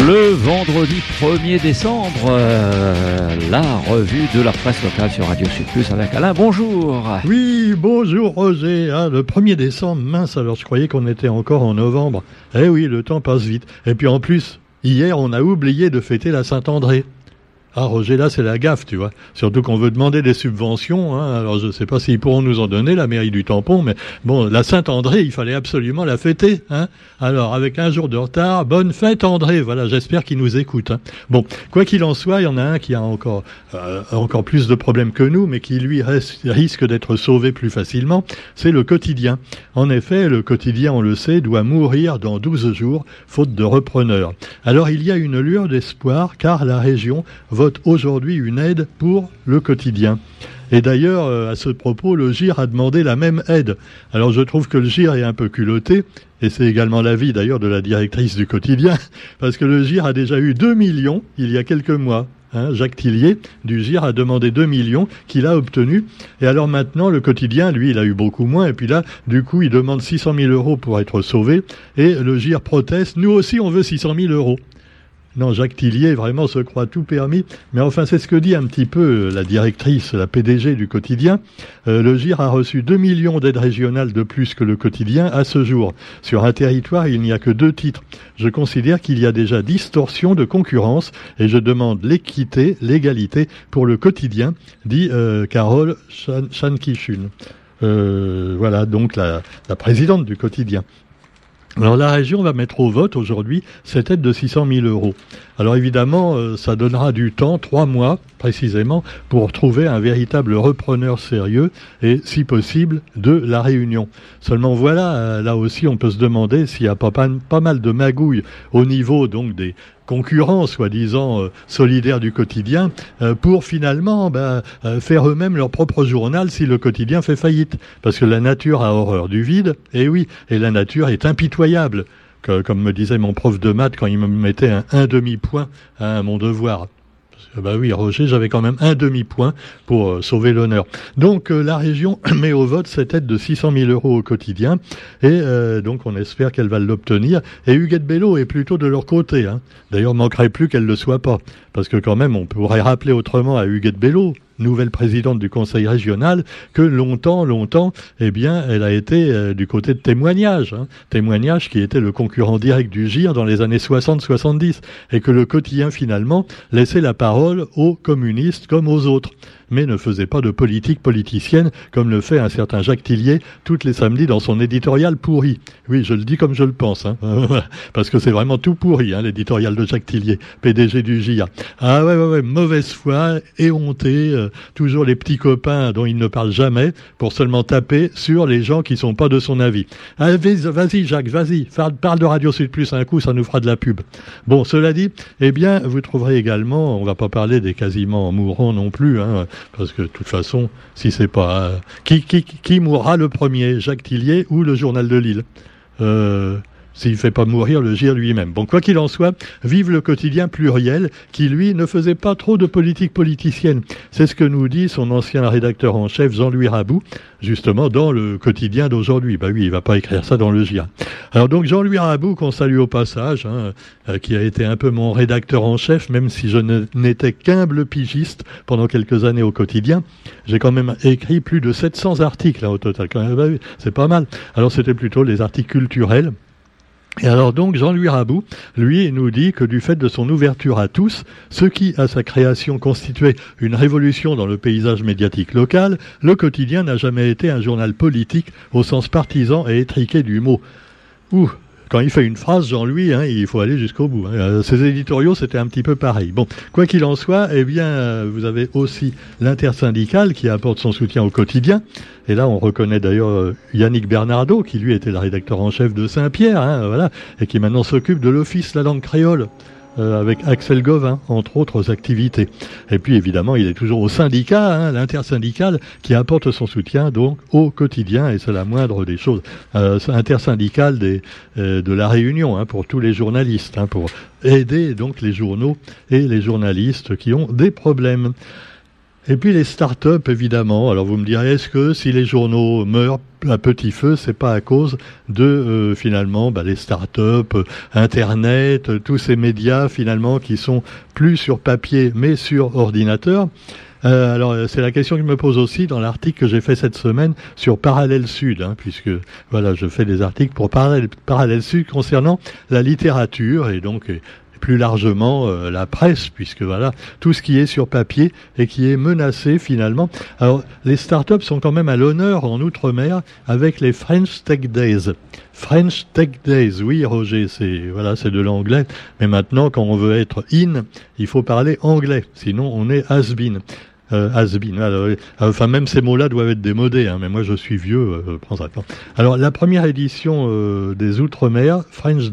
Le vendredi 1er décembre, la revue de la presse locale sur Radio Sud Plus avec Alain. Bonjour. Oui, bonjour Roger. Le 1er décembre, mince, alors je croyais qu'on était encore en novembre. Eh oui, le temps passe vite. Et puis en plus, hier, on a oublié de fêter la Saint-André. Ah Roger, là c'est la gaffe, tu vois. Surtout qu'on veut demander des subventions, hein. Alors je sais pas s'ils pourront nous en donner, la mairie du Tampon, mais bon, la Saint-André, il fallait absolument la fêter, hein. Alors, avec un jour de retard, bonne fête André, voilà, j'espère qu'ils nous écoutent, hein. Bon, quoi qu'il en soit, il y en a un qui a encore plus de problèmes que nous, mais qui lui risque d'être sauvé plus facilement, c'est le quotidien. En effet, le quotidien, on le sait, doit mourir dans 12 jours, faute de repreneur. Alors il y a une lueur d'espoir, car la région vote aujourd'hui une aide pour le quotidien. Et d'ailleurs, à ce propos, le GIR a demandé la même aide. Alors je trouve que le GIR est un peu culotté, et c'est également l'avis d'ailleurs de la directrice du quotidien, parce que le GIR a déjà eu 2 millions il y a quelques mois. Jacques Tillier du GIR a demandé 2 millions qu'il a obtenus. Et alors maintenant, le quotidien, lui, il a eu beaucoup moins. Et puis là, du coup, il demande 600 000 euros pour être sauvé. Et le GIR proteste. Nous aussi, on veut 600 000 euros. Non, Jacques Tillier, vraiment, se croit tout permis. Mais enfin, c'est ce que dit un petit peu la directrice, la PDG du quotidien. Le GIR a reçu 2 millions d'aides régionales de plus que le quotidien à ce jour. Sur un territoire, il n'y a que 2 titres. Je considère qu'il y a déjà distorsion de concurrence et je demande l'équité, l'égalité pour le quotidien, dit Carole Shankishun. Voilà, donc la présidente du quotidien. Alors la région va mettre au vote aujourd'hui cette aide de 600 000 euros. Alors évidemment, ça donnera du temps, 3 mois précisément, pour trouver un véritable repreneur sérieux et, si possible, de la Réunion. Seulement voilà, là aussi on peut se demander s'il n'y a pas mal de magouilles au niveau donc des concurrents, soi-disant solidaires du quotidien, pour finalement faire eux-mêmes leur propre journal si le quotidien fait faillite. Parce que la nature a horreur du vide, et oui, et la nature est impitoyable, comme me disait mon prof de maths quand il me mettait un demi-point à mon devoir. Oui, Roger, j'avais quand même un demi-point pour sauver l'honneur. Donc, la région met au vote cette aide de 600 000 euros au quotidien, et donc on espère qu'elle va l'obtenir. Et Huguette Bello est plutôt de leur côté, hein. D'ailleurs, manquerait plus qu'elle ne le soit pas, parce que quand même, on pourrait rappeler autrement à Huguette Bello, nouvelle présidente du Conseil régional, que longtemps, eh bien, elle a été du côté de Témoignage, hein. Témoignage qui était le concurrent direct du GIR dans les années 60-70, et que le quotidien, finalement, laissait la parole aux communistes comme aux autres, mais ne faisait pas de politique politicienne, comme le fait un certain Jacques Tillier tous les samedis dans son éditorial pourri. Oui, je le dis comme je le pense, hein. Parce que c'est vraiment tout pourri, hein, l'éditorial de Jacques Tillier, PDG du GIR. Ah ouais, mauvaise foi, éhonté, toujours les petits copains dont il ne parle jamais, pour seulement taper sur les gens qui sont pas de son avis. Ah, vas-y Jacques, vas-y, parle de Radio Sud Plus un coup, ça nous fera de la pub. Bon, cela dit, eh bien, vous trouverez également, on va pas parler des quasiment mourants non plus, hein, parce que de toute façon, si c'est pas... qui mourra le premier, Jacques Tillier ou le Journal de Lille s'il ne fait pas mourir le GIR lui-même. Bon, quoi qu'il en soit, vive le quotidien pluriel qui, lui, ne faisait pas trop de politique politicienne. C'est ce que nous dit son ancien rédacteur en chef, Jean-Louis Rabou, justement dans le quotidien d'aujourd'hui. Oui, il ne va pas écrire ça dans le GIR. Alors donc, Jean-Louis Rabou, qu'on salue au passage, hein, qui a été un peu mon rédacteur en chef, même si je n'étais qu'humble pigiste pendant quelques années au quotidien, j'ai quand même écrit plus de 700 articles au total. Quand même, oui, c'est pas mal. Alors c'était plutôt les articles culturels. Et alors donc Jean-Louis Rabou, lui, nous dit que du fait de son ouverture à tous, ce qui, à sa création, constituait une révolution dans le paysage médiatique local, le quotidien n'a jamais été un journal politique au sens partisan et étriqué du mot. Quand il fait une phrase, Jean-Louis, hein, il faut aller jusqu'au bout. Hein. Ses éditoriaux, c'était un petit peu pareil. Bon, quoi qu'il en soit, eh bien, vous avez aussi l'intersyndicale qui apporte son soutien au quotidien. Et là, on reconnaît d'ailleurs Yannick Bernardo, qui lui était le rédacteur en chef de Saint-Pierre, hein, voilà, et qui maintenant s'occupe de l'Office la langue créole. Avec Axel Gauvin, entre autres activités. Et puis évidemment, il est toujours au syndicat, hein, l'intersyndicale, qui apporte son soutien donc au quotidien, et c'est la moindre des choses. Intersyndicale de la Réunion, hein, pour tous les journalistes, hein, pour aider donc les journaux et les journalistes qui ont des problèmes. Et puis les start-up, évidemment. Alors vous me direz, est-ce que si les journaux meurent à petit feu, c'est pas à cause de finalement les start-up, Internet, tous ces médias finalement qui sont plus sur papier mais sur ordinateur. Alors c'est la question que je me pose aussi dans l'article que j'ai fait cette semaine sur Parallèle Sud, puisque voilà, je fais des articles pour Parallèle Sud concernant la littérature et donc plus largement la presse, puisque voilà, tout ce qui est sur papier et qui est menacé finalement. Alors, les startups sont quand même à l'honneur en Outre-mer avec les French Tech Days. French Tech Days, oui Roger, c'est de l'anglais, mais maintenant quand on veut être in, il faut parler anglais, sinon on est has-been. Enfin même ces mots-là doivent être démodés, mais moi je suis vieux, prends ça. Alors la première édition des Outre-mer, French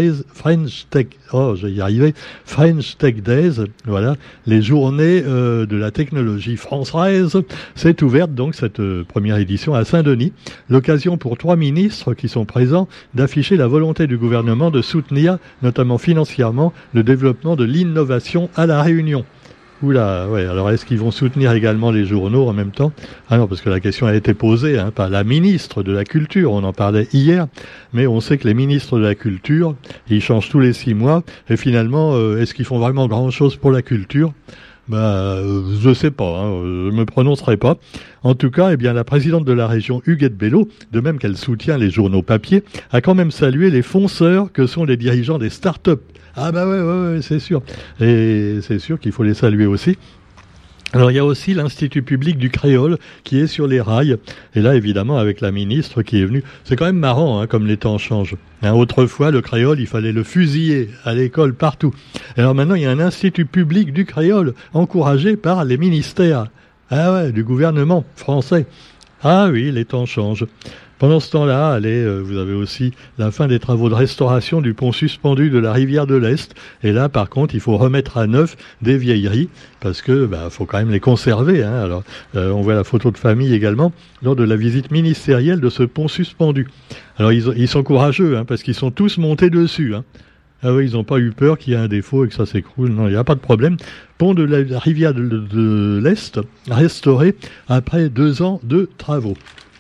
Tech Days, voilà, les journées de la technologie française, c'est ouverte donc cette première édition à Saint-Denis, l'occasion pour 3 ministres qui sont présents d'afficher la volonté du gouvernement de soutenir, notamment financièrement, le développement de l'innovation à La Réunion. Oula, ouais, alors est-ce qu'ils vont soutenir également les journaux en même temps? Ah non, parce que la question a été posée par la ministre de la Culture, on en parlait hier, mais on sait que les ministres de la Culture, ils changent tous les 6 mois, et finalement, est-ce qu'ils font vraiment grand-chose pour la culture? Je sais pas, je me prononcerai pas. En tout cas, eh bien, la présidente de la région, Huguette Bello, de même qu'elle soutient les journaux papier, a quand même salué les fonceurs que sont les dirigeants des start-up. Ah ouais, c'est sûr. Et c'est sûr qu'il faut les saluer aussi. Alors il y a aussi l'Institut public du créole qui est sur les rails. Et là, évidemment, avec la ministre qui est venue. C'est quand même marrant, comme les temps changent. Autrefois, le créole, il fallait le fusiller à l'école partout. Alors maintenant, il y a un Institut public du créole encouragé par les ministères. Ah ouais, du gouvernement français. Ah oui, les temps changent. Pendant ce temps-là, vous avez aussi la fin des travaux de restauration du pont suspendu de la rivière de l'Est. Et là, par contre, il faut remettre à neuf des vieilleries parce que faut quand même les conserver. Alors, on voit la photo de famille également lors de la visite ministérielle de ce pont suspendu. Alors, ils sont courageux parce qu'ils sont tous montés dessus. Ah oui, ils n'ont pas eu peur qu'il y ait un défaut et que ça s'écroule. Non, il n'y a pas de problème. Pont de la rivière de l'Est restauré après 2 ans de travaux.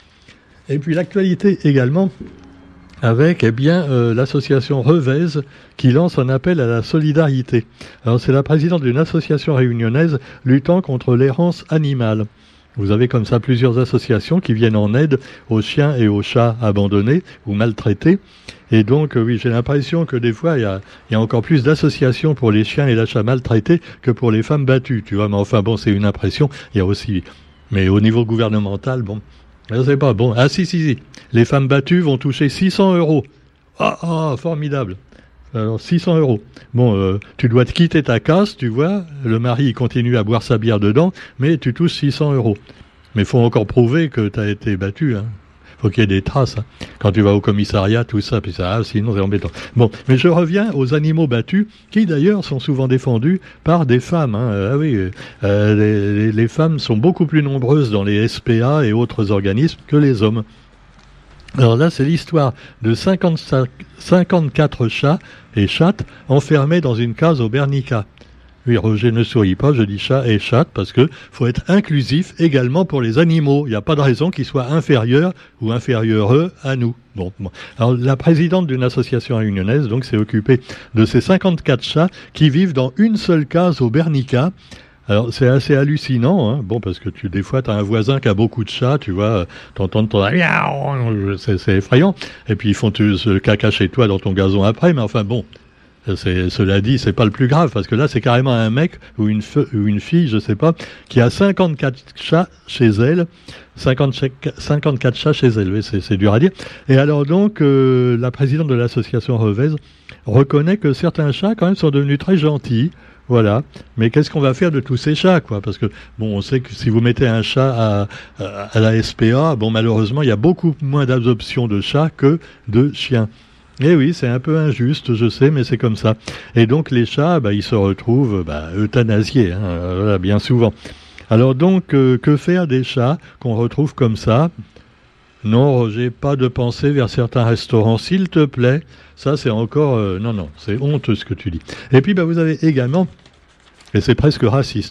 Et puis l'actualité également avec l'association Revez qui lance un appel à la solidarité. Alors c'est la présidente d'une association réunionnaise luttant contre l'errance animale. Vous avez comme ça plusieurs associations qui viennent en aide aux chiens et aux chats abandonnés ou maltraités. Et donc, oui, j'ai l'impression que des fois, il y a encore plus d'associations pour les chiens et les chats maltraités que pour les femmes battues, tu vois. Mais enfin, bon, c'est une impression. Il y a aussi... Mais au niveau gouvernemental, bon... Je sais pas, bon, si. Les femmes battues vont toucher 600 €. Ah, formidable. Alors, 600 €. Bon, tu dois te quitter ta casse, tu vois. Le mari, il continue à boire sa bière dedans, mais tu touches 600 €. Mais il faut encore prouver que tu as été battu, Faut qu'il y ait des traces, Quand tu vas au commissariat, tout ça, puis ça, sinon c'est embêtant. Bon, mais je reviens aux animaux battus, qui d'ailleurs sont souvent défendus par des femmes, Ah oui, les femmes sont beaucoup plus nombreuses dans les SPA et autres organismes que les hommes. Alors là, c'est l'histoire de 54 chats et chattes enfermés dans une case au Bernica. Oui, Roger ne sourit pas, je dis chat et chatte parce que faut être inclusif également pour les animaux. Il n'y a pas de raison qu'ils soient inférieurs ou inférieurs à nous. Bon. Alors, la présidente d'une association réunionnaise, donc, s'est occupée de ces 54 chats qui vivent dans une seule case au Bernica. Alors, c'est assez hallucinant, Bon, parce que des fois, t'as un voisin qui a beaucoup de chats, tu vois, t'entends c'est effrayant. Et puis, ils font ce caca chez toi dans ton gazon après, mais enfin, bon. Cela dit, c'est pas le plus grave, parce que là, c'est carrément un mec ou une fille, je sais pas, qui a 54 chats chez elle. 54 chats chez elle, oui, c'est dur à dire. Et alors donc, la présidente de l'association Revez reconnaît que certains chats, quand même, sont devenus très gentils. Voilà. Mais qu'est-ce qu'on va faire de tous ces chats, quoi? Parce que, bon, on sait que si vous mettez un chat à la SPA, bon, malheureusement, il y a beaucoup moins d'adoption de chats que de chiens. Eh oui, c'est un peu injuste, je sais, mais c'est comme ça. Et donc les chats, ils se retrouvent euthanasiés, voilà, bien souvent. Alors donc, que faire des chats qu'on retrouve comme ça? Non, Roger, pas de pensée vers certains restaurants, s'il te plaît. Ça, c'est encore... non, c'est honteux ce que tu dis. Et puis, vous avez également, et c'est presque raciste,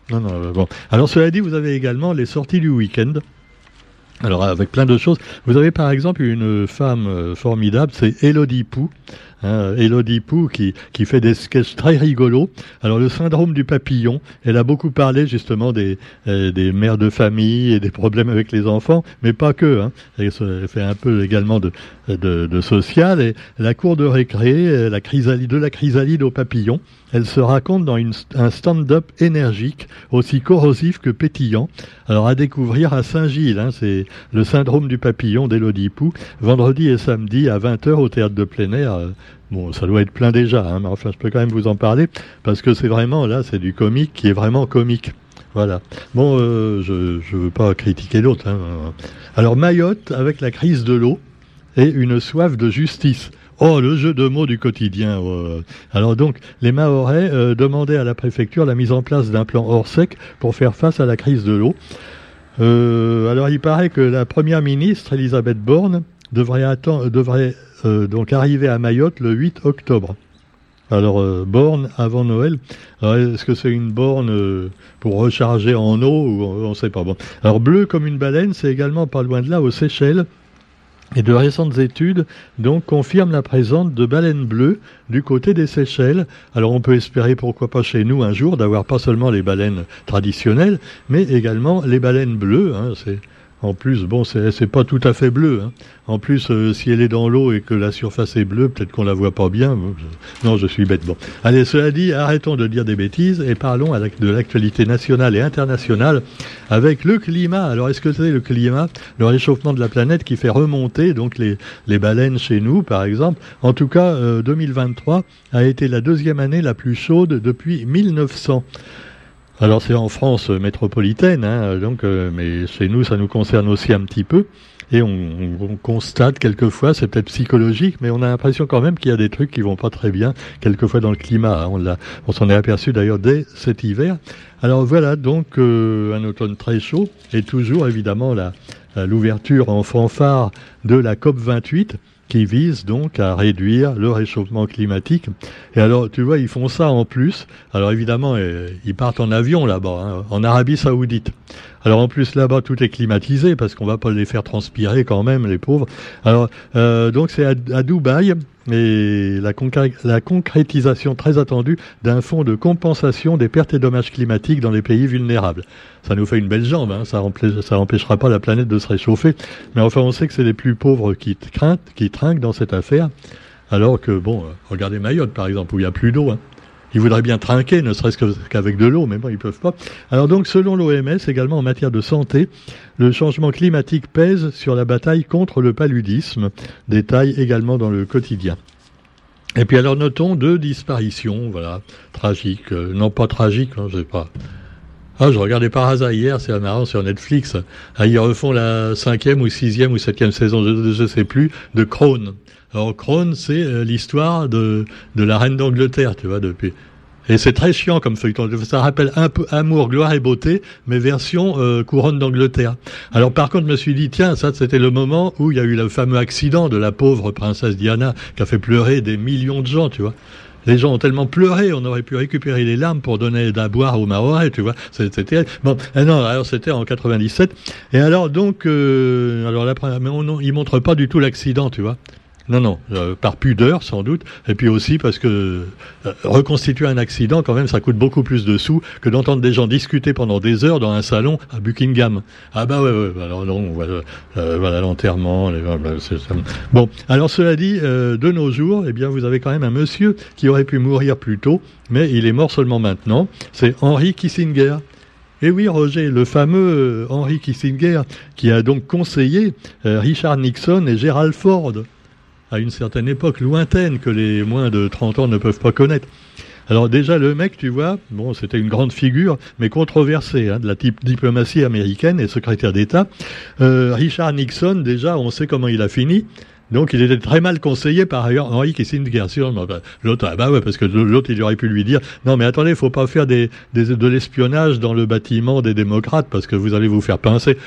Non, bon. Alors, cela dit, vous avez également les sorties du week-end. Alors, avec plein de choses. Vous avez par exemple une femme formidable, c'est Élodie Pou. Élodie Pou qui fait des sketchs très rigolos. Alors, le syndrome du papillon, elle a beaucoup parlé justement des mères de famille et des problèmes avec les enfants, mais pas que. Elle fait un peu également de social. Et la cour de récré, la chrysalide au papillon, elle se raconte dans un stand-up énergique, aussi corrosif que pétillant. Alors, à découvrir à Saint-Gilles, c'est le syndrome du papillon d'Élodie Pou, vendredi et samedi à 20h au théâtre de plein air. Bon, ça doit être plein déjà, mais enfin, je peux quand même vous en parler, parce que c'est vraiment, là, c'est du comique qui est vraiment comique. Voilà. Bon, je veux pas critiquer l'autre. Alors, Mayotte, avec la crise de l'eau et une soif de justice. Oh, le jeu de mots du quotidien. Alors donc, les Mahorais demandaient à la préfecture la mise en place d'un plan hors sec pour faire face à la crise de l'eau. Alors, il paraît que la première ministre, Elisabeth Borne, devrait donc arriver à Mayotte le 8 octobre. Alors, borne avant Noël. Alors, est-ce que c'est une borne pour recharger en eau ou on ne sait pas. Bon. Alors, bleu comme une baleine, c'est également pas loin de là, aux Seychelles. Et de récentes études donc confirment la présence de baleines bleues du côté des Seychelles. Alors on peut espérer, pourquoi pas chez nous un jour, d'avoir pas seulement les baleines traditionnelles, mais également les baleines bleues. C'est en plus, bon, c'est pas tout à fait bleu. En plus, si elle est dans l'eau et que la surface est bleue, peut-être qu'on la voit pas bien. Non, je suis bête. Bon, allez, cela dit, arrêtons de dire des bêtises et parlons de l'actualité nationale et internationale avec le climat. Alors, est-ce que c'est le climat, le réchauffement de la planète qui fait remonter donc les baleines chez nous, par exemple? En tout cas, 2023 a été la deuxième année la plus chaude depuis 1900. Alors c'est en France métropolitaine, donc, mais chez nous ça nous concerne aussi un petit peu, et on constate quelquefois, c'est peut-être psychologique, mais on a l'impression quand même qu'il y a des trucs qui vont pas très bien quelquefois dans le climat. On s'en est aperçu d'ailleurs dès cet hiver. Alors voilà donc un automne très chaud, et toujours évidemment l'ouverture en fanfare de la COP28. Qui vise donc à réduire le réchauffement climatique. Et alors, tu vois, ils font ça en plus. Alors évidemment, ils partent en avion là-bas, en Arabie Saoudite. Alors en plus là-bas, tout est climatisé parce qu'on va pas les faire transpirer quand même, les pauvres. Alors donc c'est à Dubaï. Et la concrétisation très attendue d'un fonds de compensation des pertes et dommages climatiques dans les pays vulnérables. Ça nous fait une belle jambe, ça empêchera pas la planète de se réchauffer. Mais enfin, on sait que c'est les plus pauvres qui trinquent dans cette affaire. Alors que, bon, regardez Mayotte, par exemple, où il n'y a plus d'eau. Ils voudraient bien trinquer, ne serait-ce qu'avec de l'eau, mais bon, ils peuvent pas. Alors donc, selon l'OMS, également en matière de santé, le changement climatique pèse sur la bataille contre le paludisme. Détail également dans le quotidien. Et puis alors, notons 2 disparitions, voilà, tragiques. Non, pas tragiques, je sais pas. Je regardais par hasard hier, c'est marrant, sur Netflix. Ils refont la 5e ou 6e ou 7e saison, je sais plus, de Crown. Alors Crown, c'est l'histoire de la reine d'Angleterre, tu vois, depuis. Et c'est très chiant comme feuilleton. Ça rappelle un peu Amour, gloire et beauté, mais version couronne d'Angleterre. Alors par contre, je me suis dit, tiens, ça c'était le moment où il y a eu le fameux accident de la pauvre princesse Diana qui a fait pleurer des millions de gens, tu vois. Les gens ont tellement pleuré, on aurait pu récupérer les larmes pour donner à boire aux Mahorais, tu vois. C'était bon. Non, alors c'était en 97. Et alors donc, alors là, mais ils montrent pas du tout l'accident, tu vois. Non, par pudeur sans doute, et puis aussi parce que reconstituer un accident, quand même, ça coûte beaucoup plus de sous que d'entendre des gens discuter pendant des heures dans un salon à Buckingham. Ah bah ouais, alors non, voilà l'enterrement. Bon, alors cela dit, de nos jours, eh bien, vous avez quand même un monsieur qui aurait pu mourir plus tôt, mais il est mort seulement maintenant. C'est Henry Kissinger. Et oui, Roger, le fameux Henry Kissinger, qui a donc conseillé Richard Nixon et Gerald Ford à une certaine époque lointaine que les moins de 30 ans ne peuvent pas connaître. Alors déjà, le mec, tu vois, bon, c'était une grande figure, mais controversée, de la diplomatie américaine et secrétaire d'État. Richard Nixon, déjà, on sait comment il a fini. Donc il était très mal conseillé par ailleurs Henry Kissinger. L'autre, parce que l'autre il aurait pu lui dire non mais attendez, faut pas faire de l'espionnage dans le bâtiment des démocrates parce que vous allez vous faire pincer.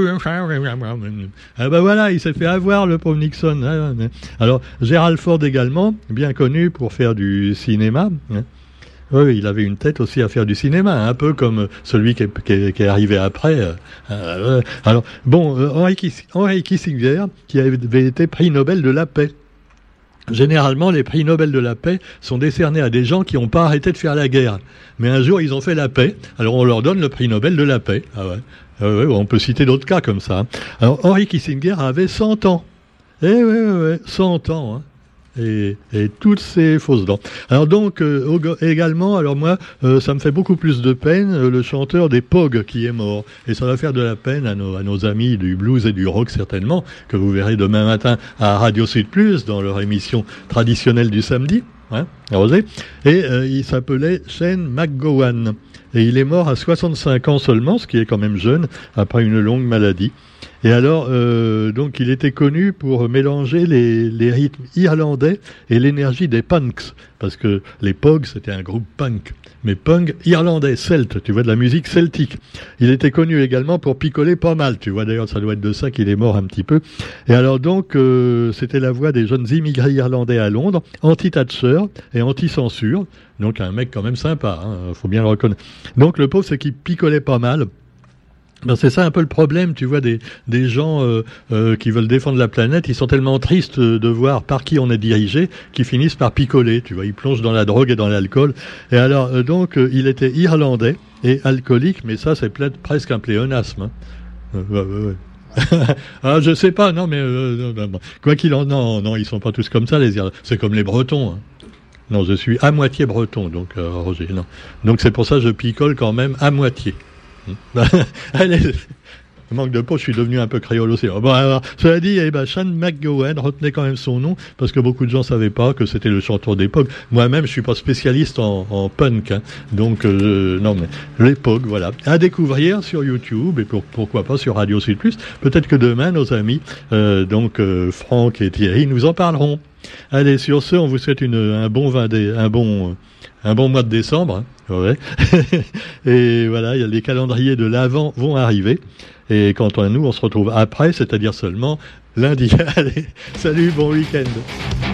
Voilà, il s'est fait avoir le pauvre Nixon. Alors Gerald Ford également, bien connu pour faire du cinéma. Oui, il avait une tête aussi à faire du cinéma, un peu comme celui qui est arrivé après. Alors, bon, Henry Kissinger, qui avait été prix Nobel de la paix. Généralement, les prix Nobel de la paix sont décernés à des gens qui n'ont pas arrêté de faire la guerre. Mais un jour, ils ont fait la paix, alors on leur donne le prix Nobel de la paix. Ah ouais. Ouais, on peut citer d'autres cas comme ça. Alors, Henry Kissinger avait 100 ans. 100 ans, hein. Et toutes ces fausses dents. Alors donc, également, alors moi, ça me fait beaucoup plus de peine, le chanteur des Pogues qui est mort. Et ça va faire de la peine à nos amis du blues et du rock, certainement, que vous verrez demain matin à Radio Sud Plus, dans leur émission traditionnelle du samedi, hein, arrosé. Et il s'appelait Shane MacGowan. Et il est mort à 65 ans seulement, ce qui est quand même jeune, après une longue maladie. Et alors, donc, il était connu pour mélanger les rythmes irlandais et l'énergie des punks. Parce que les Pogues, c'était un groupe punk. Mais punk irlandais, celte, tu vois, de la musique celtique. Il était connu également pour picoler pas mal, tu vois. D'ailleurs, ça doit être de ça qu'il est mort un petit peu. Et alors, donc, c'était la voix des jeunes immigrés irlandais à Londres, anti-Thatcher et anti-censure. Donc, un mec quand même sympa, hein, faut bien le reconnaître. Donc, le pauvre, c'est qu'il picolait pas mal. Ben c'est ça un peu le problème, tu vois, des gens qui veulent défendre la planète, ils sont tellement tristes de voir par qui on est dirigé qu'ils finissent par picoler, tu vois, ils plongent dans la drogue et dans l'alcool. Et alors, donc, il était irlandais et alcoolique, mais ça, c'est presque un pléonasme. Hein. Ah, je sais pas, non, mais quoi qu'il en... Non, ils sont pas tous comme ça, les Irlandais. C'est comme les Bretons, hein. Non, je suis à moitié breton, donc, Roger, non. Donc, c'est pour ça que je picole quand même à moitié. Allez, manque de peau, je suis devenu un peu créole aussi. Bon, alors, cela dit, Shane MacGowan, retenez quand même son nom, parce que beaucoup de gens savaient pas que c'était le chanteur des Pogues. Moi-même, je suis pas spécialiste en punk, hein. Donc, non, mais les Pogues, voilà. À découvrir sur YouTube, et pourquoi pas sur Radio Sud Plus. Peut-être que demain, nos amis, Franck et Thierry, nous en parleront. Allez, sur ce, on vous souhaite un bon mois de décembre, hein. Ouais. Et voilà, les calendriers de l'Avent vont arriver. Et quant à nous, on se retrouve après, c'est-à-dire seulement lundi. Allez, salut, bon week-end.